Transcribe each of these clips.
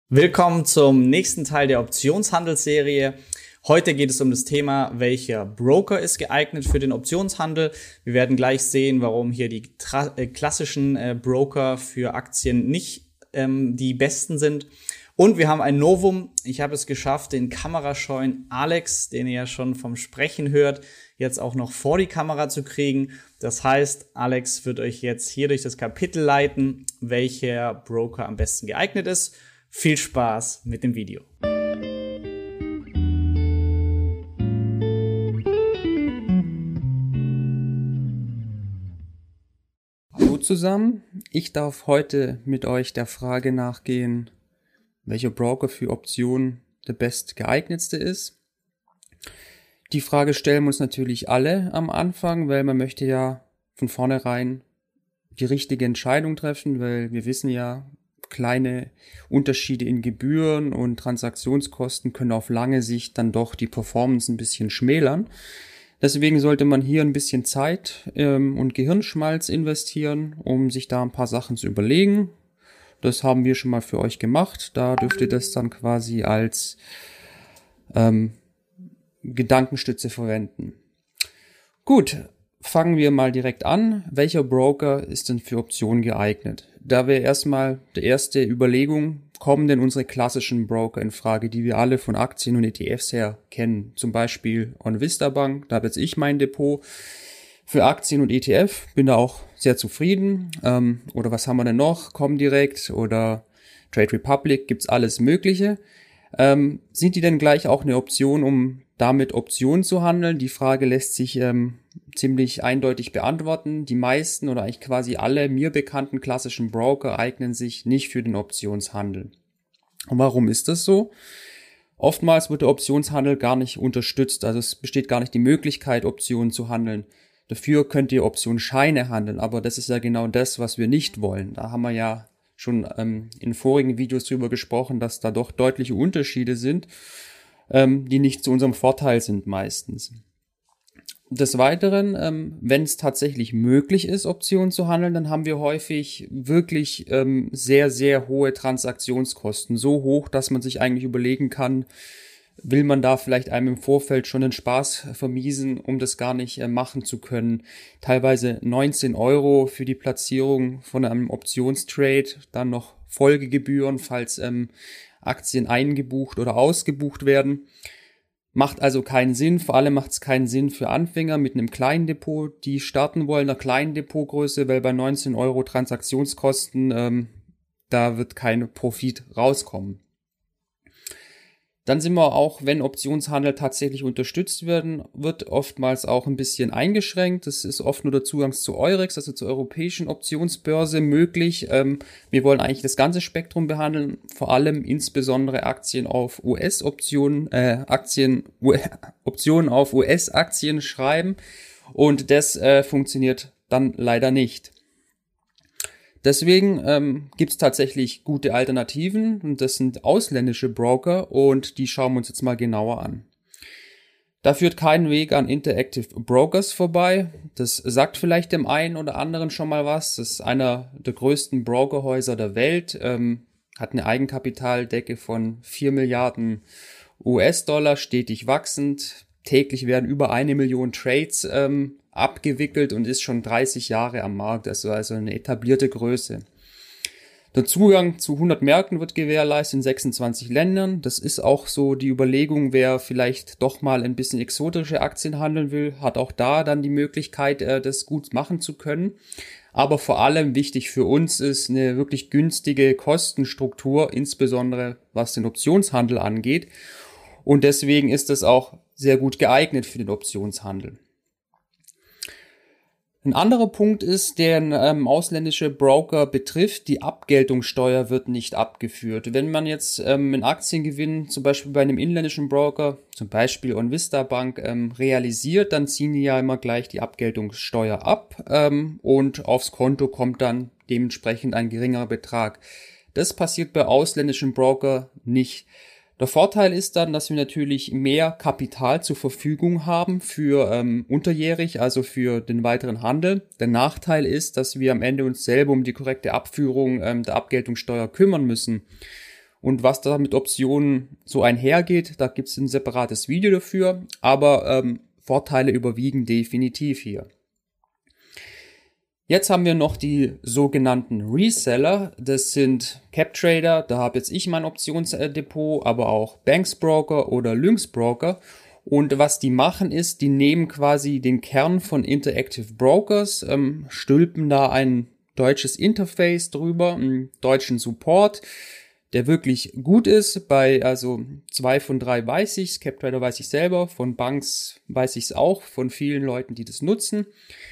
Willkommen zum nächsten Teil der Optionshandelsserie. Heute geht es um das Thema, welcher Broker ist geeignet für den Optionshandel. Wir werden gleich sehen, warum hier die klassischen Broker für Aktien nicht die besten sind. Und wir haben ein Novum. Ich habe es geschafft, den kamerascheuen Alex, den ihr ja schon vom Sprechen hört, jetzt auch noch vor die Kamera zu kriegen. Das heißt, Alex wird euch jetzt hier durch das Kapitel leiten, welcher Broker am besten geeignet ist. Viel Spaß mit dem Video. Hallo zusammen, ich darf heute mit euch der Frage nachgehen, welcher Broker für Optionen der bestgeeignetste ist. Die Frage stellen wir uns natürlich alle am Anfang, weil man möchte ja von vornherein die richtige Entscheidung treffen, weil wir wissen ja, kleine Unterschiede in Gebühren und Transaktionskosten können auf lange Sicht dann doch die Performance ein bisschen schmälern. Deswegen sollte man hier ein bisschen Zeit und Gehirnschmalz investieren, um sich da ein paar Sachen zu überlegen. Das haben wir schon mal für euch gemacht. Da dürft ihr das dann quasi als Gedankenstütze verwenden. Gut, fangen wir mal direkt an. Welcher Broker ist denn für Optionen geeignet? Da wäre erstmal die erste Überlegung, kommen denn unsere klassischen Broker in Frage, die wir alle von Aktien und ETFs her kennen? Zum Beispiel OnVista Bank, da habe jetzt ich mein Depot für Aktien und ETF, bin da auch sehr zufrieden. Oder was haben wir denn noch? Comdirect oder Trade Republic, gibt's alles Mögliche. Sind die denn gleich auch eine Option, um damit Optionen zu handeln? Die Frage lässt sich ziemlich eindeutig beantworten. Die meisten oder eigentlich quasi alle mir bekannten klassischen Broker eignen sich nicht für den Optionshandel. Und warum ist das so? Oftmals wird der Optionshandel gar nicht unterstützt, also es besteht gar nicht die Möglichkeit, Optionen zu handeln. Dafür könnt ihr Optionsscheine handeln, aber das ist ja genau das, was wir nicht wollen. Da haben wir ja schon in vorigen Videos drüber gesprochen, dass da doch deutliche Unterschiede sind, die nicht zu unserem Vorteil sind meistens. Des Weiteren, wenn es tatsächlich möglich ist, Optionen zu handeln, dann haben wir häufig wirklich sehr, sehr hohe Transaktionskosten. So hoch, dass man sich eigentlich überlegen kann, will man da vielleicht einem im Vorfeld schon den Spaß vermiesen, um das gar nicht machen zu können. Teilweise 19 € für die Platzierung von einem Optionstrade, dann noch Folgegebühren, falls Aktien eingebucht oder ausgebucht werden. Macht also keinen Sinn, vor allem macht es keinen Sinn für Anfänger mit einem kleinen Depot, die starten wollen, einer kleinen Depotgröße, weil bei 19 € Transaktionskosten, da wird kein Profit rauskommen. Dann sind wir auch, wenn Optionshandel tatsächlich unterstützt wird oftmals auch ein bisschen eingeschränkt. Das ist oft nur der Zugang zu Eurex, also zur europäischen Optionsbörse möglich. Wir wollen eigentlich das ganze Spektrum behandeln, vor allem insbesondere Aktien auf US-Optionen, Optionen auf US-Aktien schreiben. Und das funktioniert dann leider nicht. Deswegen gibt es tatsächlich gute Alternativen und das sind ausländische Broker und die schauen wir uns jetzt mal genauer an. Da führt kein Weg an Interactive Brokers vorbei. Das sagt vielleicht dem einen oder anderen schon mal was. Das ist einer der größten Brokerhäuser der Welt, hat eine Eigenkapitaldecke von 4 Milliarden US-Dollar, stetig wachsend. Täglich werden über 1 Million Trades abgewickelt und ist schon 30 Jahre am Markt, also eine etablierte Größe. Der Zugang zu 100 Märkten wird gewährleistet in 26 Ländern. Das ist auch so die Überlegung, wer vielleicht doch mal ein bisschen exotische Aktien handeln will, hat auch da dann die Möglichkeit, das gut machen zu können. Aber vor allem wichtig für uns ist eine wirklich günstige Kostenstruktur, insbesondere was den Optionshandel angeht. Und deswegen ist es auch sehr gut geeignet für den Optionshandel. Ein anderer Punkt ist, der ausländische Broker betrifft, die Abgeltungssteuer wird nicht abgeführt. Wenn man jetzt einen Aktiengewinn zum Beispiel bei einem inländischen Broker, zum Beispiel OnVista Bank, realisiert, dann ziehen die ja immer gleich die Abgeltungssteuer ab und aufs Konto kommt dann dementsprechend ein geringerer Betrag. Das passiert bei ausländischen Broker nicht. Der Vorteil ist dann, dass wir natürlich mehr Kapital zur Verfügung haben für unterjährig, also für den weiteren Handel. Der Nachteil ist, dass wir am Ende uns selber um die korrekte Abführung der Abgeltungssteuer kümmern müssen. Und was da mit Optionen so einhergeht, da gibt es ein separates Video dafür, aber Vorteile überwiegen definitiv hier. Jetzt haben wir noch die sogenannten Reseller. Das sind CapTrader, da habe jetzt ich mein Optionsdepot, aber auch Banks Broker oder Lynx Broker. Und was die machen ist, die nehmen quasi den Kern von Interactive Brokers, stülpen da ein deutsches Interface drüber, einen deutschen Support, der wirklich gut ist. Bei 2 von 3 weiß ich's, CapTrader weiß ich selber, von Banks weiß ich's auch, von vielen Leuten, die das nutzen.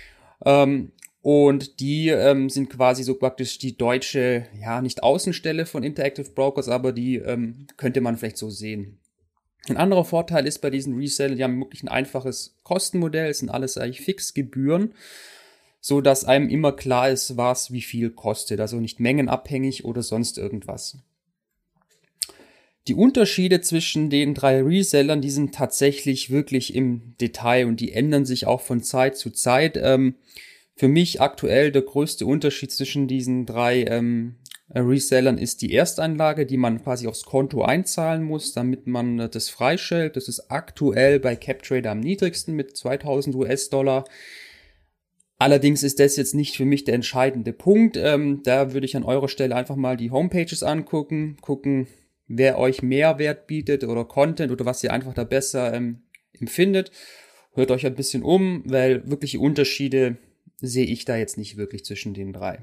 Und die sind quasi so praktisch die deutsche, ja, nicht Außenstelle von Interactive Brokers, aber die könnte man vielleicht so sehen. Ein anderer Vorteil ist bei diesen Resellern, die haben wirklich ein einfaches Kostenmodell, es sind alles eigentlich Fixgebühren, so dass einem immer klar ist, was wie viel kostet, also nicht mengenabhängig oder sonst irgendwas. Die Unterschiede zwischen den 3 Resellern, die sind tatsächlich wirklich im Detail und die ändern sich auch von Zeit zu Zeit. Für mich aktuell der größte Unterschied zwischen diesen 3 Resellern ist die Ersteinlage, die man quasi aufs Konto einzahlen muss, damit man das freischaltet. Das ist aktuell bei CapTrader am niedrigsten mit 2000 US-Dollar. Allerdings ist das jetzt nicht für mich der entscheidende Punkt. Da würde ich an eurer Stelle einfach mal die Homepages angucken, wer euch Mehrwert bietet oder Content oder was ihr einfach da besser empfindet. Hört euch ein bisschen um, weil wirkliche Unterschiede sehe ich da jetzt nicht wirklich zwischen den 3.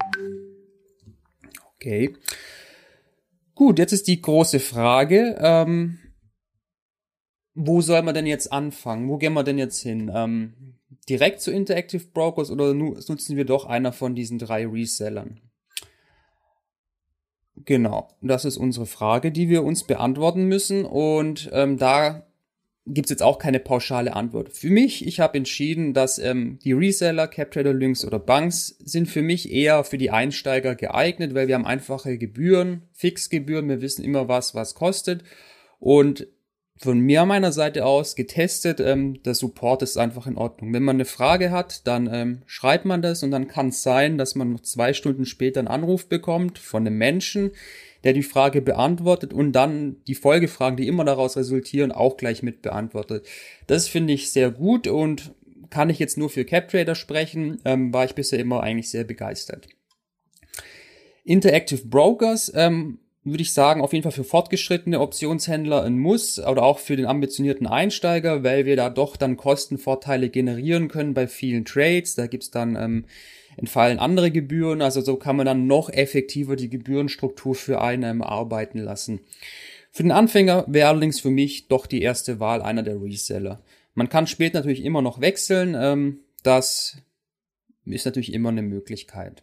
Okay. Gut, jetzt ist die große Frage, wo soll man denn jetzt anfangen? Wo gehen wir denn jetzt hin? Direkt zu Interactive Brokers oder nutzen wir doch einer von diesen 3 Resellern? Genau, das ist unsere Frage, die wir uns beantworten müssen und da gibt's jetzt auch keine pauschale Antwort. Für mich, ich habe entschieden, dass die Reseller, CapTrader, Lynx oder Banks sind für mich eher für die Einsteiger geeignet, weil wir haben einfache Gebühren, Fixgebühren, wir wissen immer was kostet und von meiner Seite aus getestet, der Support ist einfach in Ordnung. Wenn man eine Frage hat, dann schreibt man das und dann kann es sein, dass man noch 2 Stunden später einen Anruf bekommt von einem Menschen, der die Frage beantwortet und dann die Folgefragen, die immer daraus resultieren, auch gleich mit beantwortet. Das finde ich sehr gut und kann ich jetzt nur für CapTrader sprechen, war ich bisher immer eigentlich sehr begeistert. Interactive Brokers, würde ich sagen, auf jeden Fall für fortgeschrittene Optionshändler ein Muss oder auch für den ambitionierten Einsteiger, weil wir da doch dann Kostenvorteile generieren können bei vielen Trades. Da gibt's dann entfallen andere Gebühren, also so kann man dann noch effektiver die Gebührenstruktur für einen arbeiten lassen. Für den Anfänger wäre allerdings für mich doch die erste Wahl einer der Reseller. Man kann später natürlich immer noch wechseln, das ist natürlich immer eine Möglichkeit.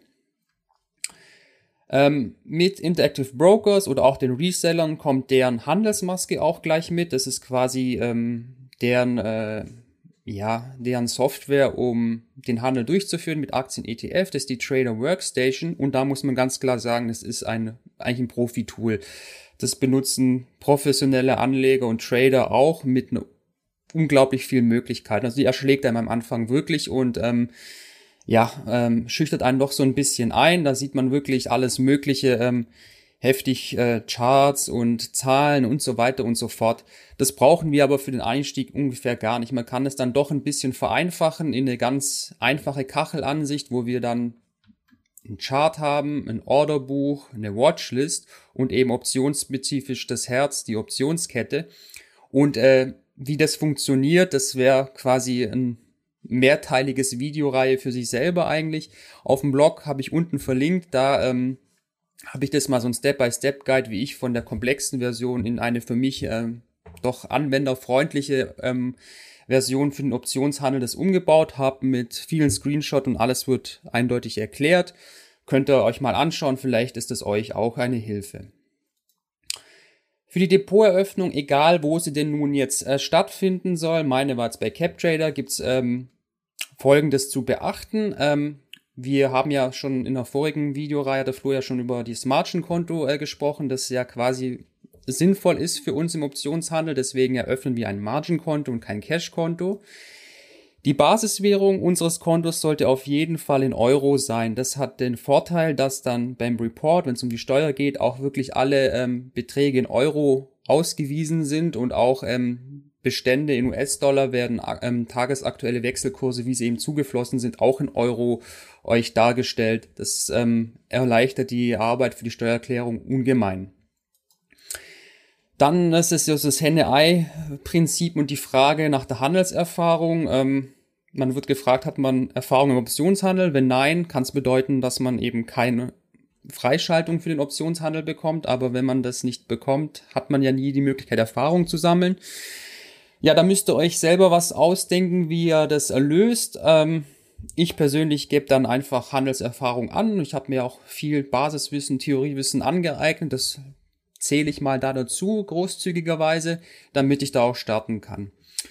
Mit Interactive Brokers oder auch den Resellern kommt deren Handelsmaske auch gleich mit. Das ist quasi deren Software, um den Handel durchzuführen mit Aktien ETF. Das ist die Trader Workstation und da muss man ganz klar sagen, das ist eigentlich ein Profi-Tool. Das benutzen professionelle Anleger und Trader auch mit unglaublich vielen Möglichkeiten. Also die erschlägt einem am Anfang wirklich und schüchtert einen doch so ein bisschen ein. Da sieht man wirklich alles Mögliche, heftig Charts und Zahlen und so weiter und so fort. Das brauchen wir aber für den Einstieg ungefähr gar nicht. Man kann es dann doch ein bisschen vereinfachen in eine ganz einfache Kachelansicht, wo wir dann einen Chart haben, ein Orderbuch, eine Watchlist und eben optionsspezifisch das Herz, die Optionskette. Und wie das funktioniert, das wäre quasi ein mehrteiliges Videoreihe für sich selber eigentlich. Auf dem Blog habe ich unten verlinkt, da habe ich das mal so ein Step-by-Step-Guide, wie ich von der komplexen Version in eine für mich doch anwenderfreundliche Version für den Optionshandel das umgebaut habe, mit vielen Screenshots und alles wird eindeutig erklärt. Könnt ihr euch mal anschauen, vielleicht ist es euch auch eine Hilfe. Für die Depoteröffnung, egal wo sie denn nun jetzt stattfinden soll, meine war jetzt bei CapTrader, gibt's Folgendes zu beachten. Wir haben ja schon in der vorigen Videoreihe, der Flo ja schon über das Margin-Konto gesprochen, das ja quasi sinnvoll ist für uns im Optionshandel, deswegen eröffnen wir ein Margin-Konto und kein Cash-Konto. Die Basiswährung unseres Kontos sollte auf jeden Fall in Euro sein. Das hat den Vorteil, dass dann beim Report, wenn es um die Steuer geht, auch wirklich alle Beträge in Euro ausgewiesen sind und auch Bestände in US-Dollar werden tagesaktuelle Wechselkurse, wie sie eben zugeflossen sind, auch in Euro euch dargestellt. Das erleichtert die Arbeit für die Steuererklärung ungemein. Dann ist es das Henne-Ei-Prinzip und die Frage nach der Handelserfahrung. Man wird gefragt, hat man Erfahrung im Optionshandel? Wenn nein, kann es bedeuten, dass man eben keine Freischaltung für den Optionshandel bekommt. Aber wenn man das nicht bekommt, hat man ja nie die Möglichkeit, Erfahrung zu sammeln. Ja, da müsst ihr euch selber was ausdenken, wie ihr das erlöst. Ich persönlich gebe dann einfach Handelserfahrung an. Ich habe mir auch viel Basiswissen, Theoriewissen angeeignet. Das zähle ich mal da dazu, großzügigerweise, damit ich da auch starten kann.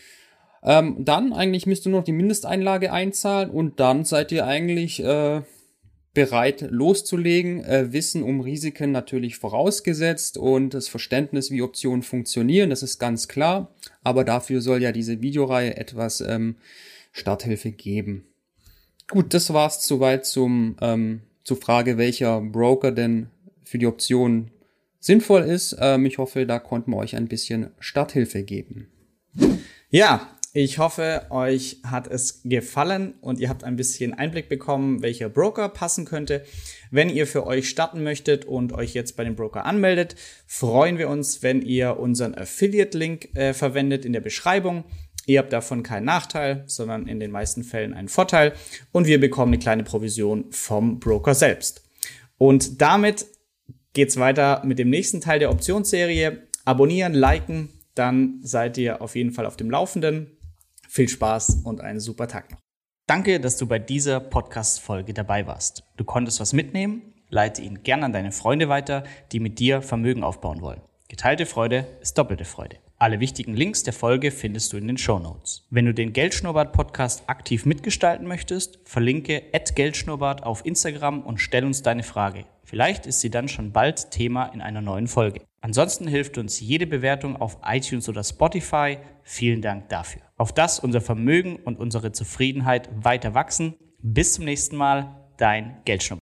Dann eigentlich müsst ihr nur noch die Mindesteinlage einzahlen und dann seid ihr eigentlich bereit loszulegen. Wissen um Risiken natürlich vorausgesetzt und das Verständnis, wie Optionen funktionieren, das ist ganz klar. Aber dafür soll ja diese Videoreihe etwas Starthilfe geben. Gut, das war's soweit zur Frage, welcher Broker denn für die Optionen sinnvoll ist. Ich hoffe, da konnten wir euch ein bisschen Starthilfe geben. Ja, ich hoffe, euch hat es gefallen und ihr habt ein bisschen Einblick bekommen, welcher Broker passen könnte. Wenn ihr für euch starten möchtet und euch jetzt bei dem Broker anmeldet, freuen wir uns, wenn ihr unseren Affiliate-Link verwendet in der Beschreibung. Ihr habt davon keinen Nachteil, sondern in den meisten Fällen einen Vorteil und wir bekommen eine kleine Provision vom Broker selbst. Und damit geht's weiter mit dem nächsten Teil der Optionsserie. Abonnieren, liken, dann seid ihr auf jeden Fall auf dem Laufenden. Viel Spaß und einen super Tag noch. Danke, dass du bei dieser Podcast-Folge dabei warst. Du konntest was mitnehmen? Leite ihn gern an deine Freunde weiter, die mit dir Vermögen aufbauen wollen. Geteilte Freude ist doppelte Freude. Alle wichtigen Links der Folge findest du in den Shownotes. Wenn du den Geldschnurrbart-Podcast aktiv mitgestalten möchtest, verlinke @Geldschnurrbart auf Instagram und stell uns deine Frage. Vielleicht ist sie dann schon bald Thema in einer neuen Folge. Ansonsten hilft uns jede Bewertung auf iTunes oder Spotify. Vielen Dank dafür. Auf dass unser Vermögen und unsere Zufriedenheit weiter wachsen. Bis zum nächsten Mal, dein Geldschnurrbart.